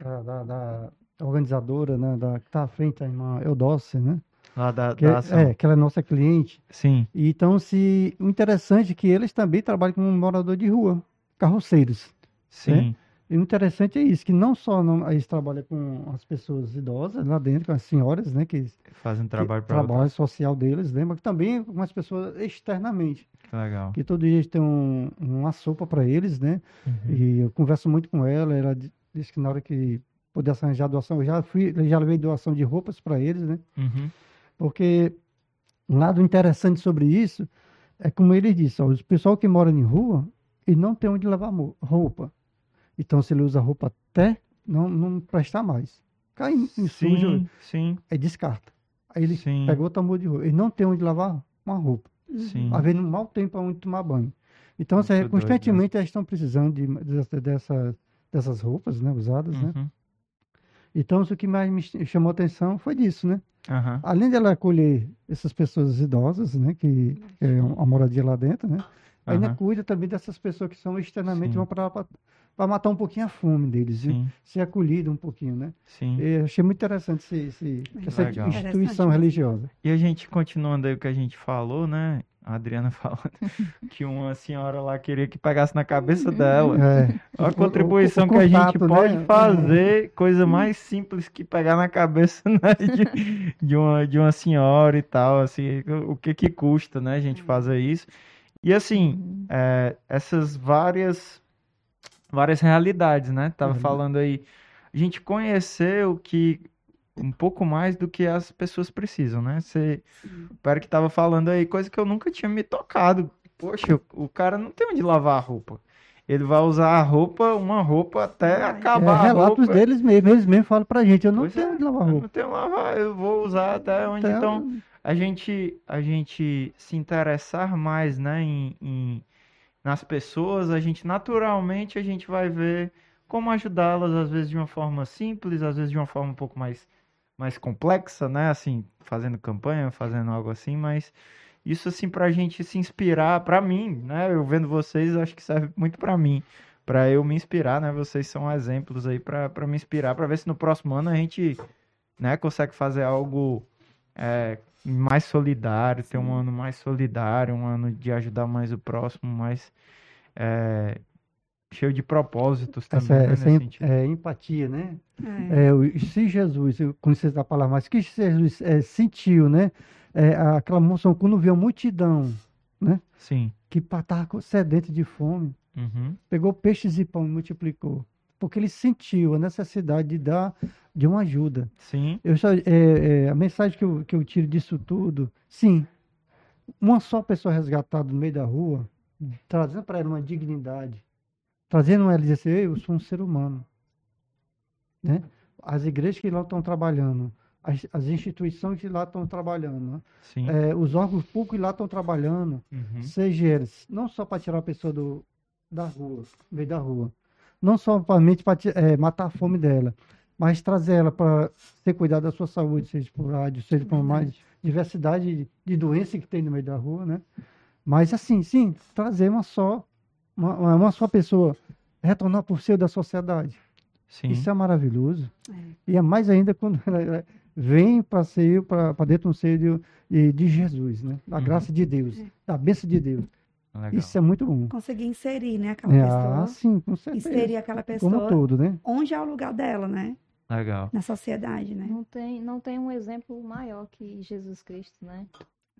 da organizadora, né, que está à frente, a irmã Eudócia, né? Lá da Que, ação. que ela é nossa cliente. Sim. E então, o interessante é que eles também trabalham como morador de rua, carroceiros. Sim. E o interessante é isso, que não só eles trabalham com as pessoas idosas lá dentro, com as senhoras, né, que Fazem um trabalho para trabalho social deles, né, mas também com as pessoas externamente, Que legal. que todo dia tem uma sopa para eles, né, Uhum. e eu converso muito com ela disse que na hora que pudesse arranjar doação, eu já levei doação de roupas para eles, né, Uhum. porque um lado interessante sobre isso é como ele disse, ó, o pessoal que mora em rua, ele não tem onde levar roupa. Então, se ele usa roupa até não prestar mais. Cai em sujo, Sim, aí descarta. Aí ele Sim. pegou o tambor de roupa. Ele não tem onde lavar uma roupa. sim. Às vezes, mal tem para onde tomar banho. Então, Muito doido, constantemente, eles estão precisando dessas roupas, né, usadas, né? Uhum. Então, o que mais me chamou a atenção foi disso, né? Aham. Além dela acolher essas pessoas idosas, né, que é a moradia lá dentro, né? Ainda Aham. cuida também dessas pessoas que são externamente, Sim. vão para matar um pouquinho a fome deles, viu? Sim, Ser acolhido um pouquinho, né? sim. Eu achei muito interessante essa Legal. instituição Interessante. religiosa. E a gente, continuando aí o que a gente falou, né? A Adriana falando que uma senhora lá queria que pegasse na cabeça dela. É. Olha a contribuição O que a gente contato, né? pode fazer, coisa mais simples que pegar na cabeça, né, de uma senhora e tal, assim, o que custa, né, a gente fazer isso. E assim, essas várias realidades, né, tava falando aí, a gente conheceu que um pouco mais do que as pessoas precisam, né, o cara que tava falando aí, coisa que eu nunca tinha me tocado. Poxa, o cara não tem onde lavar a roupa. Ele vai usar uma roupa até acabar a Relatos roupa. deles mesmo, eles mesmos falam pra gente, eu não Pois tenho é, onde lavar eu não roupa. tenho lavar, eu vou usar até onde. Então, a gente se interessar mais, né, nas pessoas, a gente naturalmente a gente vai ver como ajudá-las, às vezes de uma forma simples, às vezes de uma forma um pouco mais complexa, né, assim, fazendo campanha, fazendo algo assim, mas isso assim pra gente se inspirar, pra mim, né, eu vendo vocês, acho que serve muito pra mim, pra eu me inspirar, né, vocês são exemplos aí pra me inspirar, pra ver se no próximo ano a gente, né, consegue fazer algo mais solidário, ter um ano mais solidário, um ano de ajudar mais o próximo, mais cheio de propósitos também, né, nesse sentido. Empatia, né? Se Jesus, eu conheci a palavra, mas que Jesus sentiu, né? Aquela emoção quando viu a multidão, né? Sim. Que estava sedento de fome, pegou peixes e pão e multiplicou, porque ele sentiu a necessidade de dar de uma ajuda. Sim. A mensagem que eu tiro disso tudo, sim, uma só pessoa resgatada no meio da rua, trazendo para ela uma dignidade, trazendo ela dizer assim, eu sou um ser humano. Né? As igrejas que lá estão trabalhando, as instituições que lá estão trabalhando, né? Os órgãos públicos que lá estão trabalhando, seja eles, não só para tirar a pessoa da rua, do meio da rua, não somente para matar a fome dela, mas trazer ela para ter cuidado da sua saúde, seja por rádio, seja por mais diversidade de doenças que tem no meio da rua, né? Mas assim, sim, trazer uma só pessoa, retornar por ser da sociedade. Sim. Isso é maravilhoso. E é mais ainda quando ela vem para ser para dentro do seio de Jesus, né? Da graça de Deus, da bênção de Deus. Legal. Isso é muito bom. Conseguir inserir, né, aquela pessoa. Sim, com certeza. Inserir aquela pessoa. Como todo, né? Onde é o lugar dela, né? Legal. Na sociedade, né? Não tem um exemplo maior que Jesus Cristo, né?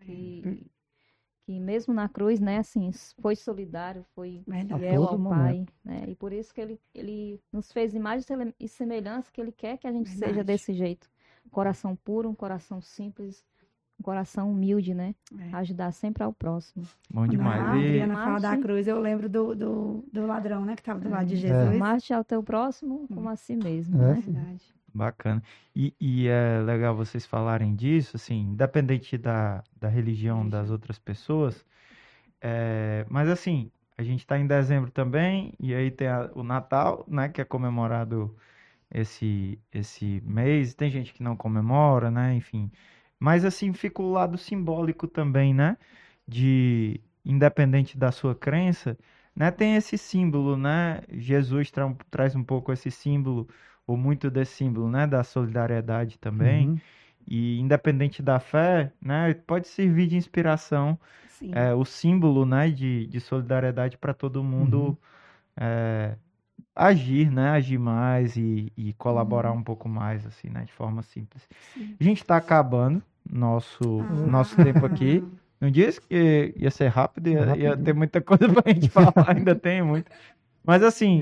Que mesmo na cruz, né, assim, foi solidário, foi fiel ao Pai, né? E por isso que ele nos fez imagem e semelhança, que ele quer que a gente seja desse jeito. Um coração puro, um coração simples, um coração humilde, né? Ajudar sempre ao próximo. Bom demais. A Adriana fala da cruz, eu lembro do ladrão, né, que estava do lado de Jesus. Marche ao teu próximo como a si mesmo, né? Verdade. Bacana. E é legal vocês falarem disso, assim, independente da religião das outras pessoas. Mas assim, a gente está em dezembro também, e aí tem o Natal, né, que é comemorado esse mês. Tem gente que não comemora, né, enfim. Mas assim, fica o lado simbólico também, né, de independente da sua crença, né, tem esse símbolo, né, Jesus traz um pouco esse símbolo, ou muito desse símbolo, né, da solidariedade também, e independente da fé, né, pode servir de inspiração, o símbolo, né, de solidariedade para todo mundo agir, né, agir mais e colaborar um pouco mais, assim, né, de forma simples. A gente está acabando nosso tempo aqui. Não disse que ia ser rápido, ia ter muita coisa para a gente falar, ainda tem muito. Mas assim,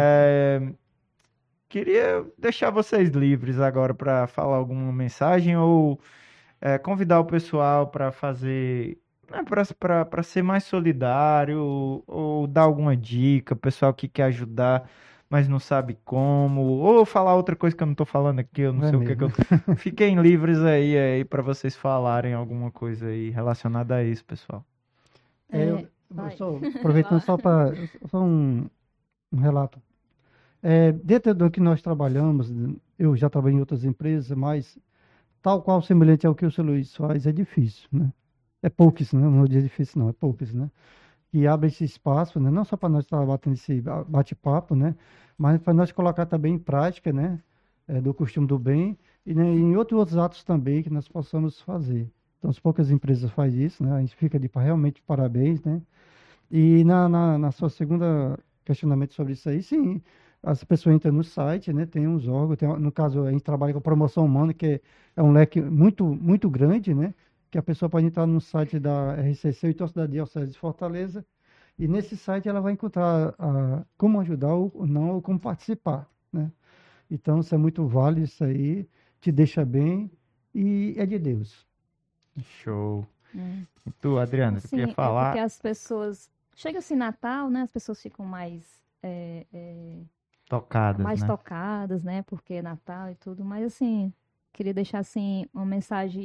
queria deixar vocês livres agora para falar alguma mensagem ou convidar o pessoal para fazer, né, para ser mais solidário ou dar alguma dica, pessoal que quer ajudar, mas não sabe como, ou falar outra coisa que eu não estou falando aqui, eu não sei o que eu... Fiquem livres aí para vocês falarem alguma coisa aí relacionada a isso, pessoal. Aproveitando só um relato. Dentro do que nós trabalhamos, eu já trabalhei em outras empresas, mas tal qual semelhante ao que o seu Luiz faz, é difícil, né? É poucos, né? Não vou dizer difícil, não, é poucos, né? Que abre esse espaço, né? Não só para nós estar batendo esse bate-papo, né? Mas para nós colocar também em prática, né? Do costume do bem e, né, em outros atos também que nós possamos fazer. Então, as poucas empresas fazem isso, né? A gente fica realmente parabéns, né? E na sua segunda questionamento sobre isso aí, sim, as pessoas entram no site, né? Tem uns órgãos, no caso, a gente trabalha com a promoção humana, que é um leque muito, muito grande, né? Que a pessoa pode entrar no site da RCC, então da Diocese de Fortaleza, e nesse site ela vai encontrar como ajudar ou não, ou como participar, né? Então, isso é muito válido, isso aí te deixa bem e é de Deus. Show. E tu, Adriana, assim, você queria falar? Porque as pessoas... Chega assim Natal, né? As pessoas ficam mais... tocadas, mais né? tocadas, né? Porque é Natal e tudo. Mas, assim, queria deixar, assim, uma mensagem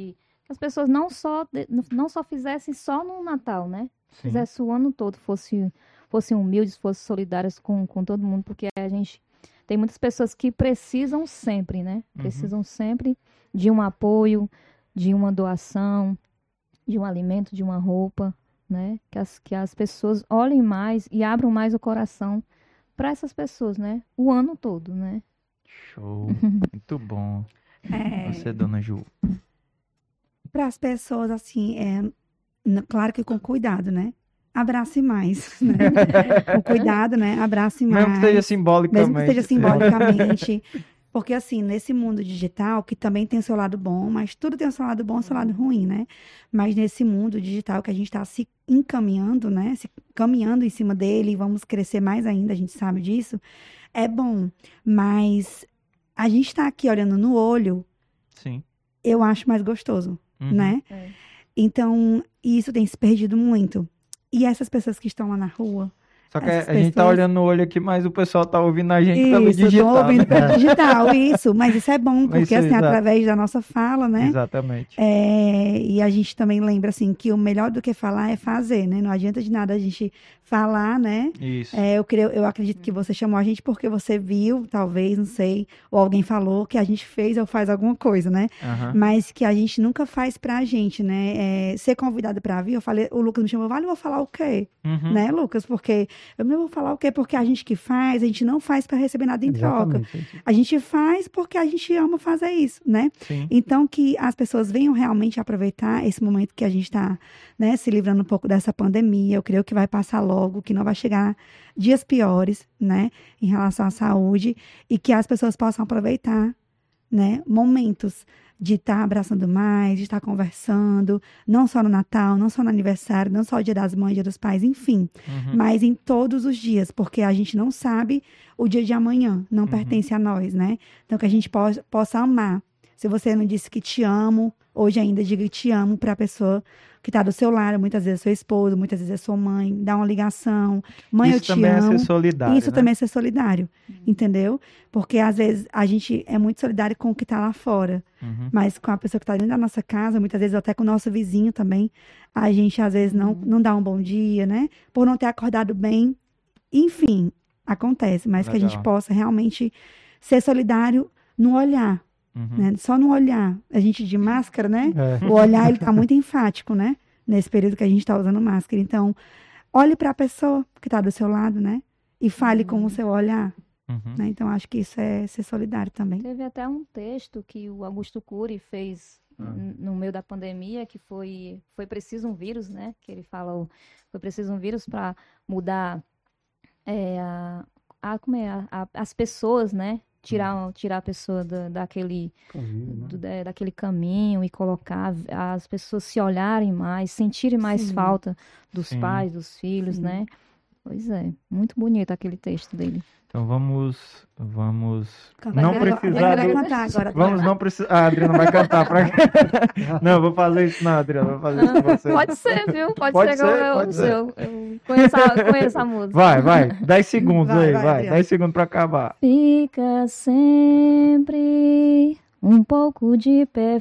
que as pessoas não só fizessem só no Natal, né? Sim. Fizesse o ano todo, fossem humildes, fossem solidárias com todo mundo, porque a gente tem muitas pessoas que precisam sempre, né? Precisam sempre de um apoio, de uma doação, de um alimento, de uma roupa, né? Que as pessoas olhem mais e abram mais o coração para essas pessoas, né? O ano todo, né? Show. Muito bom. Você, dona Ju. Para as pessoas, assim, claro que com cuidado, né? Abrace mais, né? Com cuidado, né? Abrace mais. Mesmo que seja simbolicamente. Mesmo que seja simbolicamente. Porque, assim, nesse mundo digital, que também tem o seu lado bom, mas tudo tem o seu lado bom e o seu lado ruim, né? Mas nesse mundo digital que a gente está se encaminhando, né? Se caminhando em cima dele, e vamos crescer mais ainda, a gente sabe disso, é bom. Mas a gente está aqui olhando no olho, sim, eu acho mais gostoso, né? Então, isso tem se perdido muito. E essas pessoas que estão lá na rua... Só que a gente tá olhando no olho aqui, mas o pessoal tá ouvindo a gente pelo digital. Isso, tô ouvindo pelo digital, isso. Mas isso é bom, porque assim, através da nossa fala, né? Exatamente. E a gente também lembra, assim, que o melhor do que falar é fazer, né? Não adianta de nada a gente falar, né? Isso. Eu acredito que você chamou a gente porque você viu, talvez, não sei, ou alguém falou que a gente fez ou faz alguma coisa, né? Mas que a gente nunca faz pra gente, né? Ser convidado pra vir, o Lucas me chamou, vale, eu vou falar o quê? Né, Lucas? Porque eu não vou falar o quê? Porque a gente que faz, a gente não faz para receber nada em troca. A gente faz porque a gente ama fazer isso, né? Sim. Então, que as pessoas venham realmente aproveitar esse momento que a gente está, né, se livrando um pouco dessa pandemia. Eu creio que vai passar logo, que não vai chegar dias piores, né, em relação à saúde, e que as pessoas possam aproveitar, né, momentos de estar abraçando mais, de estar conversando, não só no Natal, não só no aniversário, não só o Dia das Mães, Dia dos Pais, enfim, mas em todos os dias, porque a gente não sabe o dia de amanhã, não pertence a nós, né? Então, que a gente possa amar. Se você não disse que te amo, hoje ainda diga te amo para a pessoa que está do seu lado, muitas vezes é seu esposo, muitas vezes é sua mãe, dá uma ligação, mãe, eu te amo. Isso também é ser solidário, Isso também é ser solidário, entendeu? Porque às vezes a gente é muito solidário com o que está lá fora, mas com a pessoa que está dentro da nossa casa, muitas vezes até com o nosso vizinho também, a gente às vezes não dá um bom dia, né? Por não ter acordado bem, enfim, acontece, mas que a gente possa realmente ser solidário no olhar, né? Só no olhar. A gente de máscara, né? O olhar, ele tá muito enfático, né? Nesse período que a gente tá usando máscara. Então, olhe para a pessoa que tá do seu lado, né? E fale com o seu olhar. Né? Então, acho que isso é ser solidário também. Teve até um texto que o Augusto Cury fez no meio da pandemia, que foi preciso um vírus, né? Que ele fala, foi preciso um vírus para mudar as pessoas, né? Tirar a pessoa daquele caminho e colocar as pessoas se olharem mais, sentirem mais falta dos pais, dos filhos, né? Pois é, muito bonito aquele texto dele. Então vamos não precisar. A Adriana vai cantar pra Não, vou fazer isso não, Adriana, vou fazer isso com você. Pode ser, viu? Pode ser. Eu conheço a música. Vai. 10 segundos vai. 10 segundos pra acabar. Fica sempre um pouco de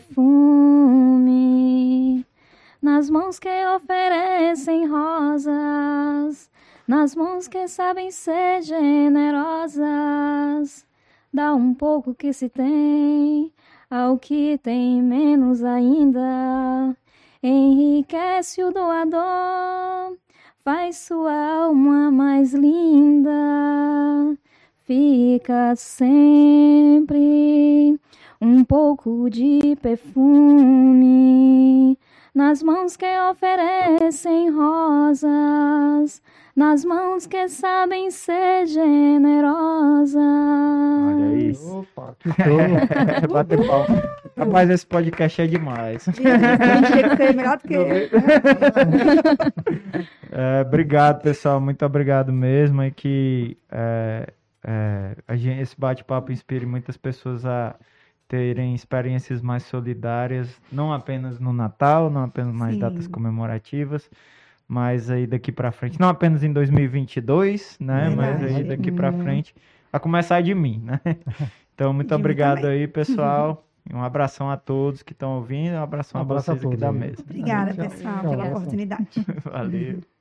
perfume nas mãos que oferecem rosas, nas mãos que sabem ser generosas. Dá um pouco que se tem ao que tem menos ainda. Enriquece o doador, faz sua alma mais linda. Fica sempre um pouco de perfume nas mãos que oferecem rosas, nas mãos que sabem ser generosas. Olha isso. Opa, que show. Bater palma. Rapaz, esse podcast é demais. A gente tinha que ser melhor do que obrigado, pessoal. Muito obrigado mesmo. E que esse bate-papo inspire muitas pessoas a terem experiências mais solidárias, não apenas no Natal, não apenas nas datas comemorativas, mas aí daqui para frente, não apenas em 2022, né, mas aí daqui para frente, a começar de mim, né? Então, muito obrigado aí, pessoal. Um abração a todos que estão ouvindo, um abração a vocês aqui da mesa. Obrigada, pessoal, pela oportunidade. Valeu.